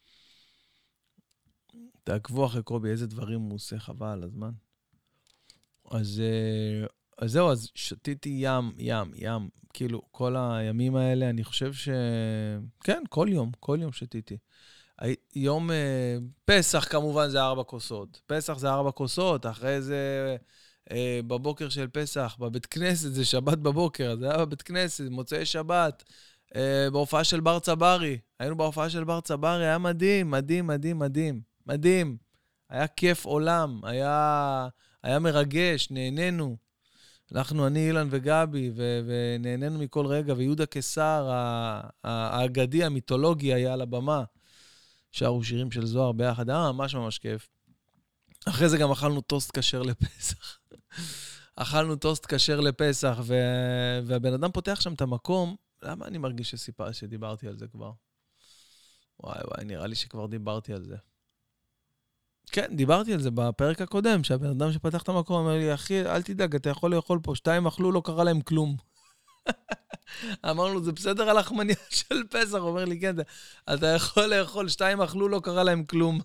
תעקבו אחרי קובי, איזה דברים הוא עושה, חבל על הזמן. אז, uh, אז זהו, אז שתיתי ים, ים, ים. כאילו, כל הימים האלה, אני חושב ש... כן, כל יום, כל יום שתיתי. יום פסח כמובן זה ארבע כוסות. פסח זה ארבע כוסות, אחרי זה בבוקר של פסח, בבית כנסת זה שבת בבוקר, זה היה בבית כנסת, מוצאי שבת, בהופעה של בר צברי. היינו בהופעה של בר צברי, היה מדהים, מדהים, מדהים, מדהים, מדהים. היה כיף עולם, היה, היה מרגש, נהנינו. הלכנו, אני, אילן וגבי, ו- ונהנינו מכל רגע, ויהודה קיסר, האגדי, המיתולוגי, היה על הבמה. שרו שירים של זוהר ביחד, היה ממש ממש כיף. אחרי זה גם אכלנו טוסט כשר לפסח. אכלנו טוסט כשר לפסח, ו- והבן אדם פותח שם את המקום. למה אני מרגיש שסיפר שדיברתי על זה כבר? וואי וואי, נראה לי שכבר דיברתי על זה. כן, דיברתי על זה בפרק הקודם, שהבן אדם שפתח את המקום אומר לי, אחי, אל תדאג, אתה יכול לאכול פה, שתיים אכלו, לא קרה להם כלום. אמרנו, זה בסדר על החמניה של פסח, הוא אומר לי, כן, אתה יכול לאכול, שתיים אכלו, לא קרה להם כלום.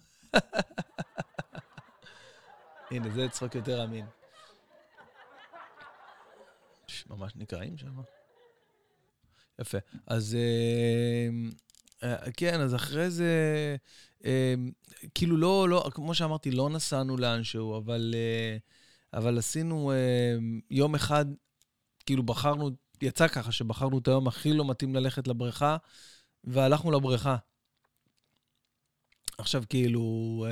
הנה, זה צחוק יותר אמין. ממש נקראים שם. יפה. אז כן, אז אחרי זה... כאילו לא, לא, כמו שאמרתי, לא נסענו לאנשהו, אבל, אבל עשינו יום אחד, כאילו בחרנו, יצא ככה שבחרנו את היום הכי לא מתאים ללכת לבריכה, והלכנו לבריכה. עכשיו כאילו,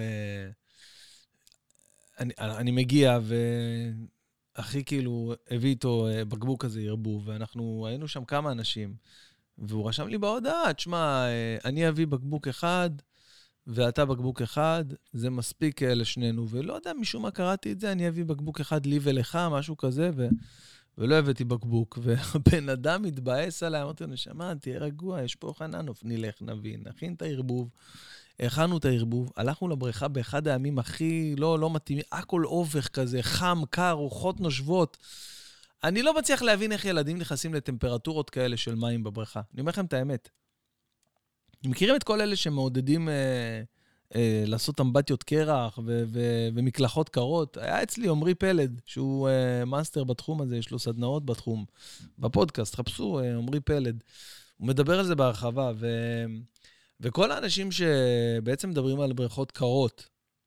אני, אני מגיע והכי כאילו הביא איתו בקבוק כזה ירבו, ואנחנו היינו שם כמה אנשים, והוא רשם לי בהודעה, תשמע, אני אביא בקבוק אחד, ואתה בקבוק אחד, זה מספיק לשנינו, ולא יודע, משום מה קראתי את זה, אני אביא בקבוק אחד לי ולך, משהו כזה, ו... ולא הבאתי בקבוק, והבן אדם התבאס עליי, אמרתי לו, נשמה, תהיה רגוע, יש פה חננוף, נלך, נבין, נכין את הערבוב, הכנו את הערבוב, הלכנו לבריכה באחד הימים הכי לא, לא מתאימים, הכל אובך כזה, חם, קר, רוחות נושבות. אני לא מצליח להבין איך ילדים נכנסים לטמפרטורות כאלה של מים בבריכה. אני אומר לכם את האמת. מכירים את כל אלה שמעודדים אה, אה, לעשות אמבטיות קרח ו- ו- ומקלחות קרות? היה אצלי עומרי פלד, שהוא אה, מאסטר בתחום הזה, יש לו סדנאות בתחום. בפודקאסט, חפשו אה, עומרי פלד. הוא מדבר על זה בהרחבה, ו... וכל האנשים שבעצם מדברים על בריכות קרות,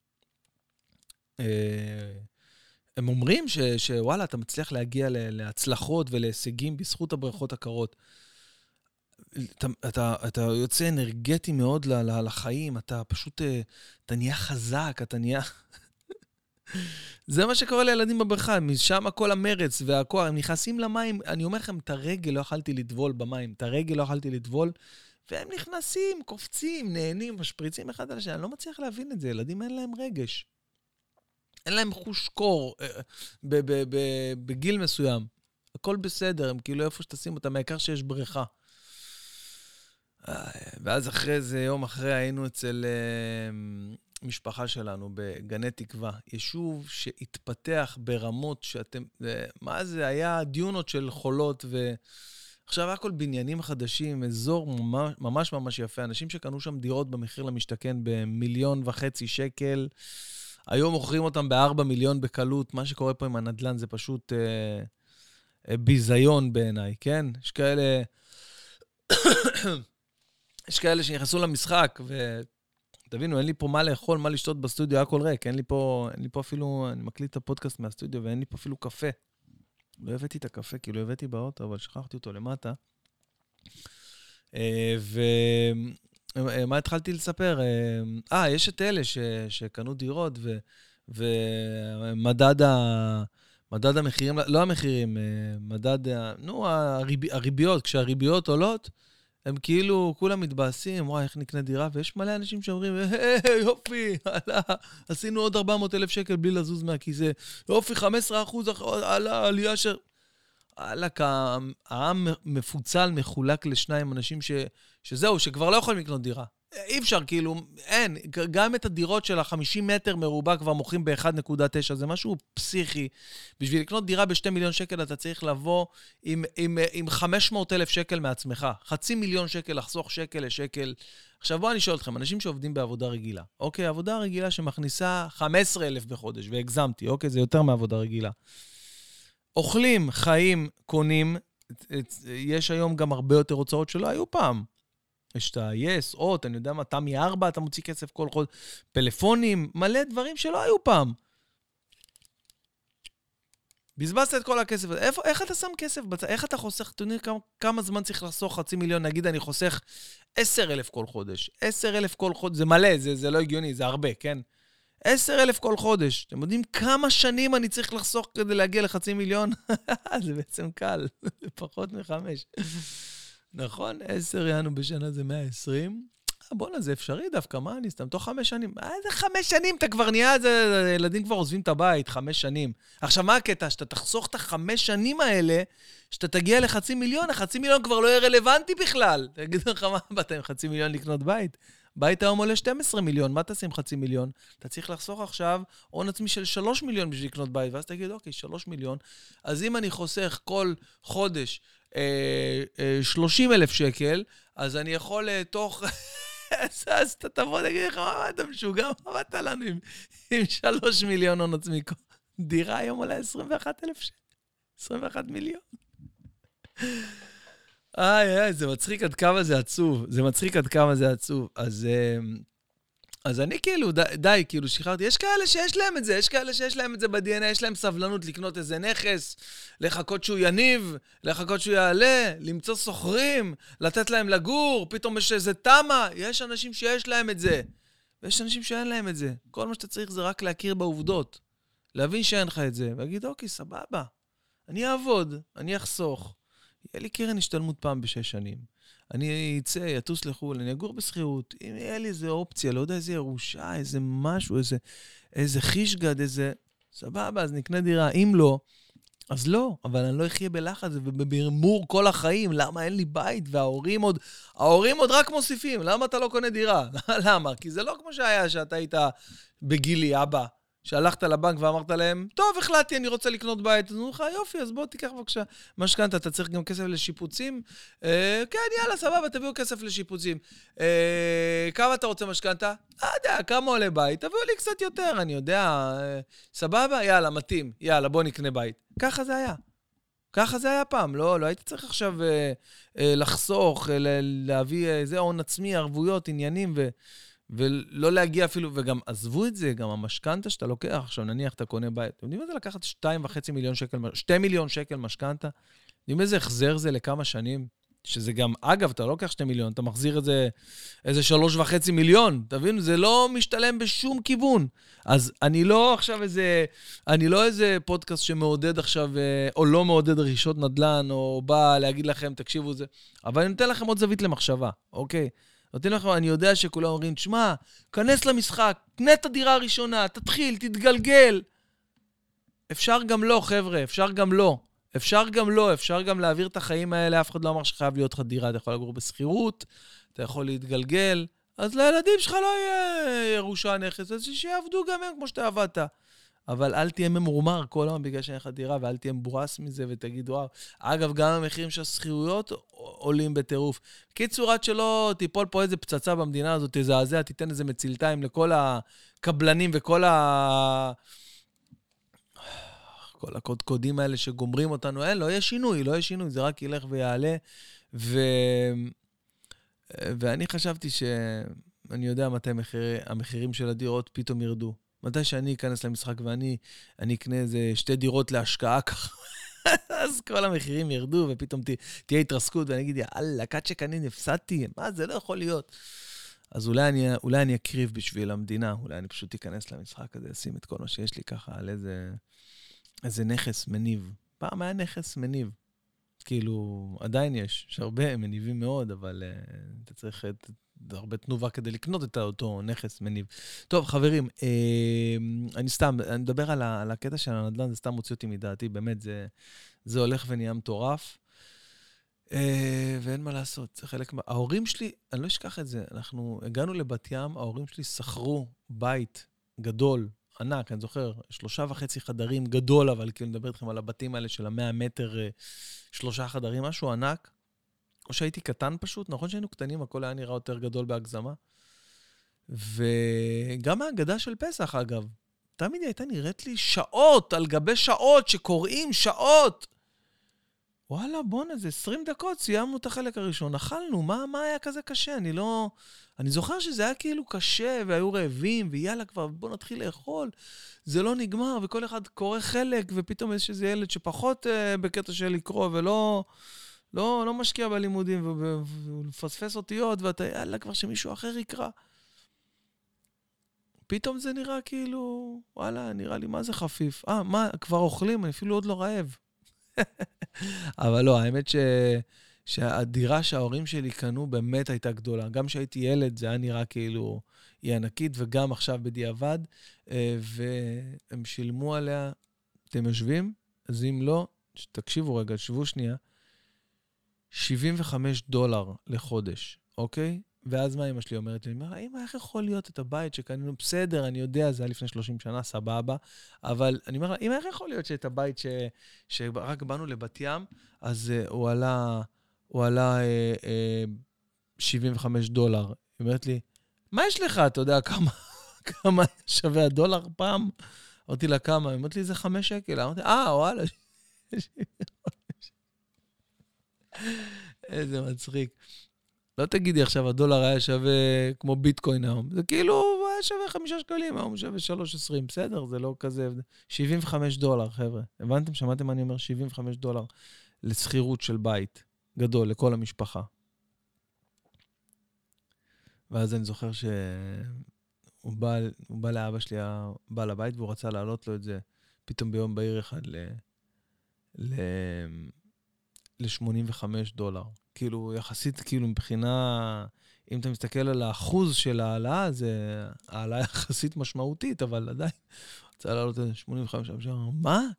הם אומרים ש, שוואלה, אתה מצליח להגיע להצלחות ולהישגים בזכות הבריכות הקרות. אתה, אתה, אתה יוצא אנרגטי מאוד לחיים, אתה פשוט, אתה נהיה חזק, אתה נהיה... זה מה שקורה לילדים בבריכה, משם כל המרץ והכוח, הם נכנסים למים, אני אומר לכם, את הרגל לא יכלתי לטבול במים, את הרגל לא יכלתי לטבול, והם נכנסים, קופצים, נהנים, משפריצים אחד על השני. אני לא מצליח להבין את זה. ילדים אין להם רגש. אין להם חוש קור בגיל מסוים. הכל בסדר, הם כאילו איפה שתשים אותם, העיקר שיש בריכה. ואז אחרי זה, יום אחרי, היינו אצל משפחה שלנו בגני תקווה. יישוב שהתפתח ברמות שאתם... מה זה? היה דיונות של חולות ו... עכשיו, הכל בניינים חדשים, אזור ממש, ממש ממש יפה. אנשים שקנו שם דירות במחיר למשתכן במיליון וחצי שקל, היום מוכרים אותם בארבע מיליון בקלות. מה שקורה פה עם הנדלן זה פשוט אה, אה, ביזיון בעיניי, כן? יש כאלה, יש כאלה שנכנסו למשחק, ותבינו, אין לי פה מה לאכול, מה לשתות בסטודיו, הכל ריק. אין לי פה, אין לי פה אפילו, אני מקליט את הפודקאסט מהסטודיו, ואין לי פה אפילו קפה. לא הבאתי את הקפה, כי לא הבאתי באוטו, אבל שכחתי אותו למטה. ומה התחלתי לספר? אה, יש את אלה שקנו דירות, ומדד המחירים, לא המחירים, מדד, נו, הריביות, כשהריביות עולות, הם כאילו, כולם מתבאסים, וואי, איך נקנה דירה, ויש מלא אנשים שאומרים, היי, יופי, עלה, עשינו עוד ארבע מאות אלף שקל בלי לזוז מהכיסא, יופי, חמישה עשר אחוז עלה, עלייה ש... עלה, העם מפוצל, מחולק לשניים אנשים ש... שזהו, שכבר לא יכולים לקנות דירה. אי אפשר, כאילו, אין, גם את הדירות של ה-חמישים מטר מרובע כבר מוכרים ב-אחת נקודה תשע, זה משהו פסיכי. בשביל לקנות דירה ב-שני מיליון שקל, אתה צריך לבוא עם, עם, עם חמש מאות אלף שקל מעצמך. חצי מיליון שקל, לחסוך שקל לשקל. עכשיו בואו אני שואל אתכם, אנשים שעובדים בעבודה רגילה. אוקיי, עבודה רגילה שמכניסה חמישה עשר אלף בחודש, והגזמתי, אוקיי, זה יותר מעבודה רגילה. אוכלים, חיים, קונים, יש היום גם הרבה יותר הוצאות שלא היו פעם. יש את ה-yes, אות, אני יודע מה, תמי ארבע, אתה מוציא כסף כל חודש, פלאפונים, מלא דברים שלא היו פעם. בזבזת את כל הכסף הזה. איפה, איך אתה שם כסף? איך אתה חוסך? אתה יודע כמה, כמה זמן צריך לחסוך חצי מיליון? נגיד, אני חוסך עשר אלף כל חודש. עשר אלף כל חודש, זה מלא, זה, זה לא הגיוני, זה הרבה, כן? עשר אלף כל חודש. אתם יודעים כמה שנים אני צריך לחסוך כדי להגיע לחצי מיליון? זה בעצם קל, זה פחות מחמש. נכון, עשר יענו בשנה זה מאה ועשרים. בוא'נה, זה אפשרי דווקא, מה אני סתם? תוך חמש שנים. אה, זה חמש שנים, אתה כבר נהיה, זה, ילדים כבר עוזבים את הבית, חמש שנים. עכשיו, מה הקטע? שאתה תחסוך את החמש שנים האלה, שאתה תגיע לחצי מיליון, החצי מיליון כבר לא יהיה רלוונטי בכלל. תגיד לך, מה באת עם חצי מיליון לקנות בית? בית היום עולה שנים עשר מיליון, מה תעשה עם חצי מיליון? אתה צריך לחסוך עכשיו הון עצמי של שלוש מיליון בשביל לקנות בית, ואז תגיד, אוקיי, שלוש מיליון. אז אם אני חוסך כל חודש אה, אה, שלושים אלף שקל, אז אני יכול אה, תוך... אז אתה תבוא, תגיד לך, מה אתה משוגע? מה באת לנו עם, עם שלוש מיליון הון עצמי? דירה היום עולה עשרים ואחת אלף שקל. עשרים ואחת מיליון. איי, איי, זה מצחיק עד כמה זה עצוב. זה מצחיק עד כמה זה עצוב. אז, אז אני כאילו, די, די, כאילו, שחררתי. יש כאלה שיש להם את זה, יש כאלה שיש להם את זה ב-די אן איי, יש להם סבלנות לקנות איזה נכס, לחכות שהוא יניב, לחכות שהוא יעלה, למצוא סוחרים, לתת להם לגור, פתאום יש איזה תמה. יש אנשים שיש להם את זה, ויש אנשים שאין להם את זה. כל מה שאתה צריך זה רק להכיר בעובדות, להבין שאין לך את זה, ולהגיד, אוקיי, סבבה, אני אעבוד, אני אחסוך. יהיה לי קרן השתלמות פעם בשש שנים. אני אצא, יטוס לחול, אני אגור בסחירות. אם יהיה לי איזה אופציה, לא יודע, איזה ירושה, איזה משהו, איזה, איזה חישגד, איזה... סבבה, אז נקנה דירה. אם לא, אז לא, אבל אני לא אחיה בלחץ ובברמור כל החיים, למה אין לי בית, וההורים עוד, ההורים עוד רק מוסיפים, למה אתה לא קונה דירה? למה? כי זה לא כמו שהיה שאתה היית בגילי, אבא, שהלכת לבנק ואמרת להם, טוב, החלטתי, אני רוצה לקנות בית, אז אמרו לך, יופי, אז בוא תיקח בבקשה. משכנתה, אתה צריך גם כסף לשיפוצים? אה, כן, יאללה, סבבה, תביאו כסף לשיפוצים. אה, כמה אתה רוצה משכנתה? לא יודע, כמה עולה בית? תביאו לי קצת יותר, אני יודע, אה, סבבה, יאללה, מתאים, יאללה, בוא נקנה בית. ככה זה היה. ככה זה היה פעם, לא, לא הייתי צריך עכשיו אה, אה, לחסוך, אה, להביא איזה הון עצמי, ערבויות, עניינים ו... ולא להגיע אפילו, וגם עזבו את זה, גם המשכנתה שאתה לוקח, עכשיו נניח אתה קונה בית, אתם יודעים מה זה לקחת שתיים וחצי מיליון שקל, שתי מיליון שקל משכנתה? יודעים איזה החזר זה לכמה שנים? שזה גם, אגב, אתה לא לוקח שתי מיליון, אתה מחזיר את זה איזה שלוש וחצי מיליון, תבין? זה לא משתלם בשום כיוון. אז אני לא עכשיו איזה, אני לא איזה פודקאסט שמעודד עכשיו, או לא מעודד רכישות נדל"ן, או בא להגיד לכם, תקשיבו זה, אבל אני נותן לכם עוד זווית למחשבה, אוקיי? נותן לכם, אני יודע שכולם אומרים, תשמע, כנס למשחק, קנה את הדירה הראשונה, תתחיל, תתגלגל. אפשר גם לא, חבר'ה, אפשר גם לא. אפשר גם לא, אפשר גם להעביר את החיים האלה, אף אחד לא אמר שחייב להיות לך דירה, אתה יכול לגור בסחירות, אתה יכול להתגלגל, אז לילדים שלך לא יהיה ירושה נכס, אז שיעבדו גם הם כמו שאתה עבדת. אבל אל תהיה ממורמר כל היום בגלל שאין לך דירה, ואל תהיה מבורס מזה ותגיד, וואו. אגב, גם המחירים של השכירויות עולים בטירוף. קיצור, עד שלא תיפול פה איזה פצצה במדינה הזאת, תזעזע, תיתן איזה מצילתיים לכל הקבלנים וכל ה... כל הקודקודים האלה שגומרים אותנו, אין, לא יהיה שינוי, לא יהיה שינוי, זה רק ילך ויעלה. ו... ואני חשבתי ש... אני יודע מתי המחיר... המחירים של הדירות פתאום ירדו. מתי שאני אכנס למשחק ואני אני אקנה איזה שתי דירות להשקעה ככה, אז כל המחירים ירדו ופתאום תה, תהיה התרסקות ואני אגיד, יאללה, קד שקנין, הפסדתי, מה זה לא יכול להיות. אז אולי אני, אולי אני אקריב בשביל המדינה, אולי אני פשוט אכנס למשחק הזה, אשים את כל מה שיש לי ככה על איזה, איזה נכס מניב. פעם היה נכס מניב. כאילו, עדיין יש, יש הרבה מניבים מאוד, אבל uh, אתה צריך את... הרבה תנובה כדי לקנות את אותו נכס מניב. טוב, חברים, אה, אני סתם, אני מדבר על, ה, על הקטע של הנדל"ן, זה סתם מוציא אותי מדעתי, באמת, זה, זה הולך ונהיה מטורף, אה, ואין מה לעשות, זה חלק מה... ההורים שלי, אני לא אשכח את זה, אנחנו הגענו לבת ים, ההורים שלי שכרו בית גדול, ענק, אני זוכר, שלושה וחצי חדרים גדול, אבל כאילו נדבר איתכם על הבתים האלה של המאה מטר, שלושה חדרים, משהו ענק, או שהייתי קטן פשוט, נכון שהיינו קטנים, הכל היה נראה יותר גדול בהגזמה. וגם ההגדה של פסח, אגב, תמיד היא הייתה נראית לי שעות, על גבי שעות, שקוראים שעות. וואלה, בוא'נה, זה עשרים דקות, סיימנו את החלק הראשון, אכלנו, מה, מה היה כזה קשה? אני לא... אני זוכר שזה היה כאילו קשה, והיו רעבים, ויאללה כבר, בוא נתחיל לאכול. זה לא נגמר, וכל אחד קורא חלק, ופתאום יש איזה ילד שפחות uh, בקטע של לקרוא, ולא... לא, לא משקיע בלימודים ולפספס אותיות, ואתה, יאללה, כבר שמישהו אחר יקרא. פתאום זה נראה כאילו, וואלה, נראה לי מה זה חפיף. אה, מה, כבר אוכלים, אני אפילו עוד לא רעב. אבל לא, האמת ש... שהדירה שההורים שלי קנו באמת הייתה גדולה. גם כשהייתי ילד, זה היה נראה כאילו היא ענקית, וגם עכשיו בדיעבד, והם שילמו עליה, אתם יושבים? אז אם לא, תקשיבו רגע, שבו שנייה, שבעים וחמישה דולר לחודש, אוקיי? ואז מה אמא שלי אומרת לי? אני אומר, אמא, איך יכול להיות את הבית שקנינו? בסדר, אני יודע, זה היה לפני שלושים שנה, סבבה, אבל אני אומר, אמא, איך יכול להיות שאת הבית ש... שרק באנו לבת ים, אז uh, הוא עלה, הוא עלה uh, uh, שבעים וחמישה דולר. היא אומרת לי, מה יש לך? אתה יודע כמה, כמה שווה הדולר פעם? אמרתי לה כמה, היא אומרת לי, זה חמש שקל. אמרתי, אה, וואלה. איזה מצחיק. לא תגידי עכשיו, הדולר היה שווה כמו ביטקוין היום. זה כאילו, הוא היה שווה חמישה שקלים, היום הוא שווה שלוש עשרים, בסדר? זה לא כזה... שבעים וחמישה דולר, חבר'ה. הבנתם? שמעתם מה אני אומר? שבעים וחמישה דולר לסחירות של בית גדול, לכל המשפחה. ואז אני זוכר שהוא בא, הוא בא לאבא שלי, בא לבית, והוא רצה לעלות לו את זה, פתאום ביום בהיר אחד, ל... ל... ל-שמונים וחמישה דולר. כאילו, יחסית, כאילו, מבחינה, אם אתה מסתכל על האחוז של העלאה, זה העלאה יחסית משמעותית, אבל עדיין, רוצה לעלות את שמונים וחמישה, מה?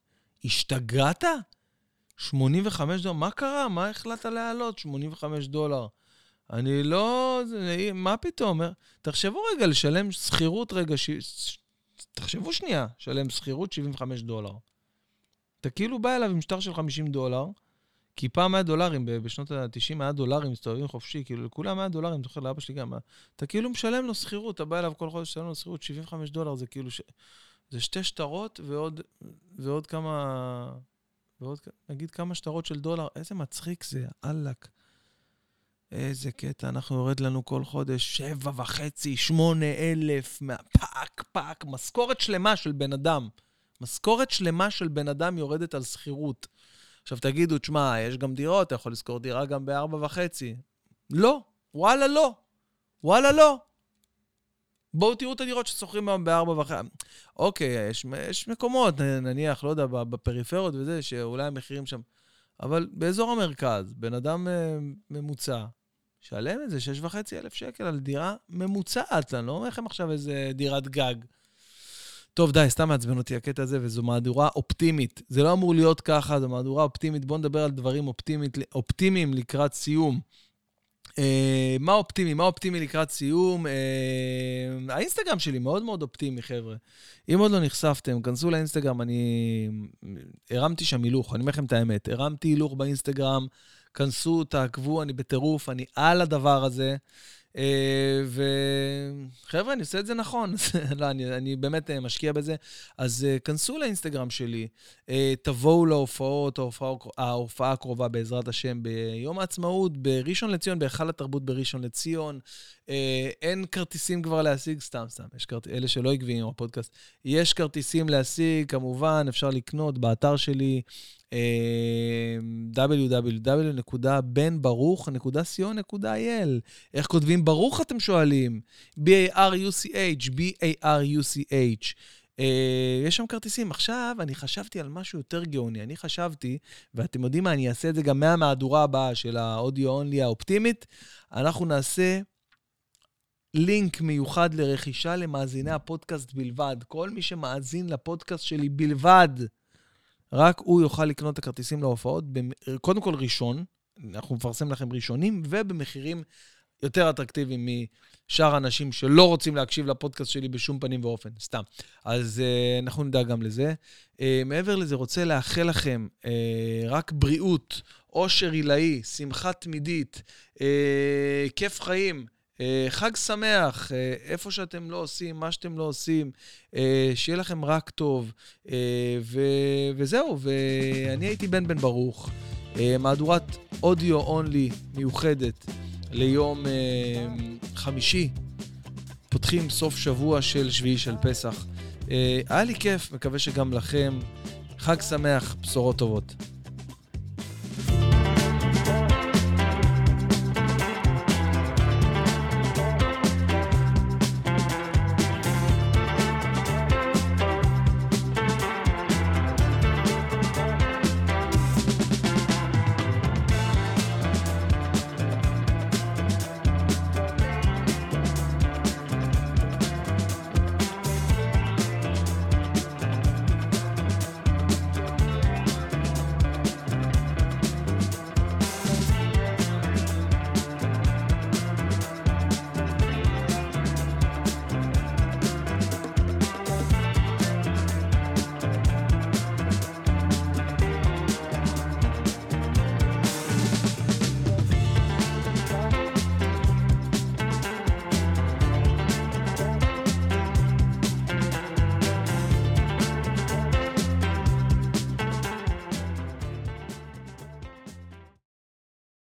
השתגעת? שמונים וחמישה דולר, מה קרה? מה החלטת להעלות? שמונים וחמישה דולר. אני לא... זה, מה פתאום? תחשבו רגע, לשלם שכירות רגע, ש... תחשבו שנייה, שלם שכירות שבעים וחמישה דולר. אתה כאילו בא אליו עם שטר של חמישים דולר, כי פעם מאה דולרים, בשנות ה-תשעים מאה דולרים מסתובבים חופשי, כאילו לכולם מאה דולרים, תוכל לאבא שלי גם, אתה כאילו משלם לו שכירות, אתה בא אליו כל חודש, משלם לו שכירות, שבעים וחמישה דולר, זה כאילו, ש... זה שתי שטרות ועוד, ועוד כמה, ועוד, נגיד כמה שטרות של דולר, איזה מצחיק זה, אלק. איזה קטע, אנחנו יורד לנו כל חודש, שבע וחצי, שמונה אלף, פאק, פאק, משכורת שלמה של בן אדם. משכורת שלמה של בן אדם יורדת על שכירות. עכשיו תגידו, תשמע, יש גם דירות, אתה יכול לזכור דירה גם בארבע וחצי. לא, וואלה לא, וואלה לא. בואו תראו את הדירות ששוכרים היום בארבע וחצי. אוקיי, יש, יש מקומות, נניח, לא יודע, בפריפריות וזה, שאולי המחירים שם, אבל באזור המרכז, בן אדם ממוצע, שלם את זה שש וחצי אלף שקל על דירה ממוצעת, אני לא אומר לכם עכשיו איזה דירת גג. טוב, די, סתם מעצבן אותי הקטע הזה, וזו מהדורה אופטימית. זה לא אמור להיות ככה, זו מהדורה אופטימית. בואו נדבר על דברים אופטימית, אופטימיים לקראת סיום. אה, מה אופטימי? מה אופטימי לקראת סיום? אה, האינסטגרם שלי מאוד מאוד אופטימי, חבר'ה. אם עוד לא נחשפתם, כנסו לאינסטגרם, אני הרמתי שם הילוך, אני אומר לכם את האמת, הרמתי הילוך באינסטגרם, כנסו, תעקבו, אני בטירוף, אני על הדבר הזה. וחבר'ה, אני עושה את זה נכון, לא, אני, אני באמת משקיע בזה, אז כנסו לאינסטגרם שלי, תבואו להופעות, ההופעה, ההופעה הקרובה בעזרת השם ביום העצמאות, בראשון לציון, בהיכל התרבות בראשון לציון, אין כרטיסים כבר להשיג, סתם, סתם, יש כרטיס, אלה שלא עקביים עם הפודקאסט, יש כרטיסים להשיג, כמובן, אפשר לקנות באתר שלי, דאבליו דאבליו דאבליו נקודה בן ברוך נקודה סי או נקודה איי אל. איך כותבים ברוך אתם שואלים? בי איי אר יו סי אייץ' בי איי אר יו סי אייץ'. יש שם כרטיסים. עכשיו אני חשבתי על משהו יותר גאוני. אני חשבתי, ואתם יודעים מה, אני אעשה את זה גם מהמהדורה הבאה של האודיו אונלי האופטימית. אנחנו נעשה לינק מיוחד לרכישה למאזיני הפודקאסט בלבד. כל מי שמאזין לפודקאסט שלי בלבד, רק הוא יוכל לקנות את הכרטיסים להופעות, קודם כל ראשון, אנחנו מפרסם לכם ראשונים, ובמחירים יותר אטרקטיביים משאר אנשים שלא רוצים להקשיב לפודקאסט שלי בשום פנים ואופן, סתם. אז uh, אנחנו נדע גם לזה. Uh, מעבר לזה, רוצה לאחל לכם uh, רק בריאות, אושר עילאי, שמחה תמידית, uh, כיף חיים, Uh, חג שמח, uh, איפה שאתם לא עושים, מה שאתם לא עושים, uh, שיהיה לכם רק טוב, uh, ו- וזהו, ואני הייתי בן בן ברוך, uh, מהדורת אודיו אונלי מיוחדת ליום uh, חמישי, פותחים סוף שבוע של שביעי של פסח. uh, היה לי כיף, מקווה שגם לכם, חג שמח, בשורות טובות.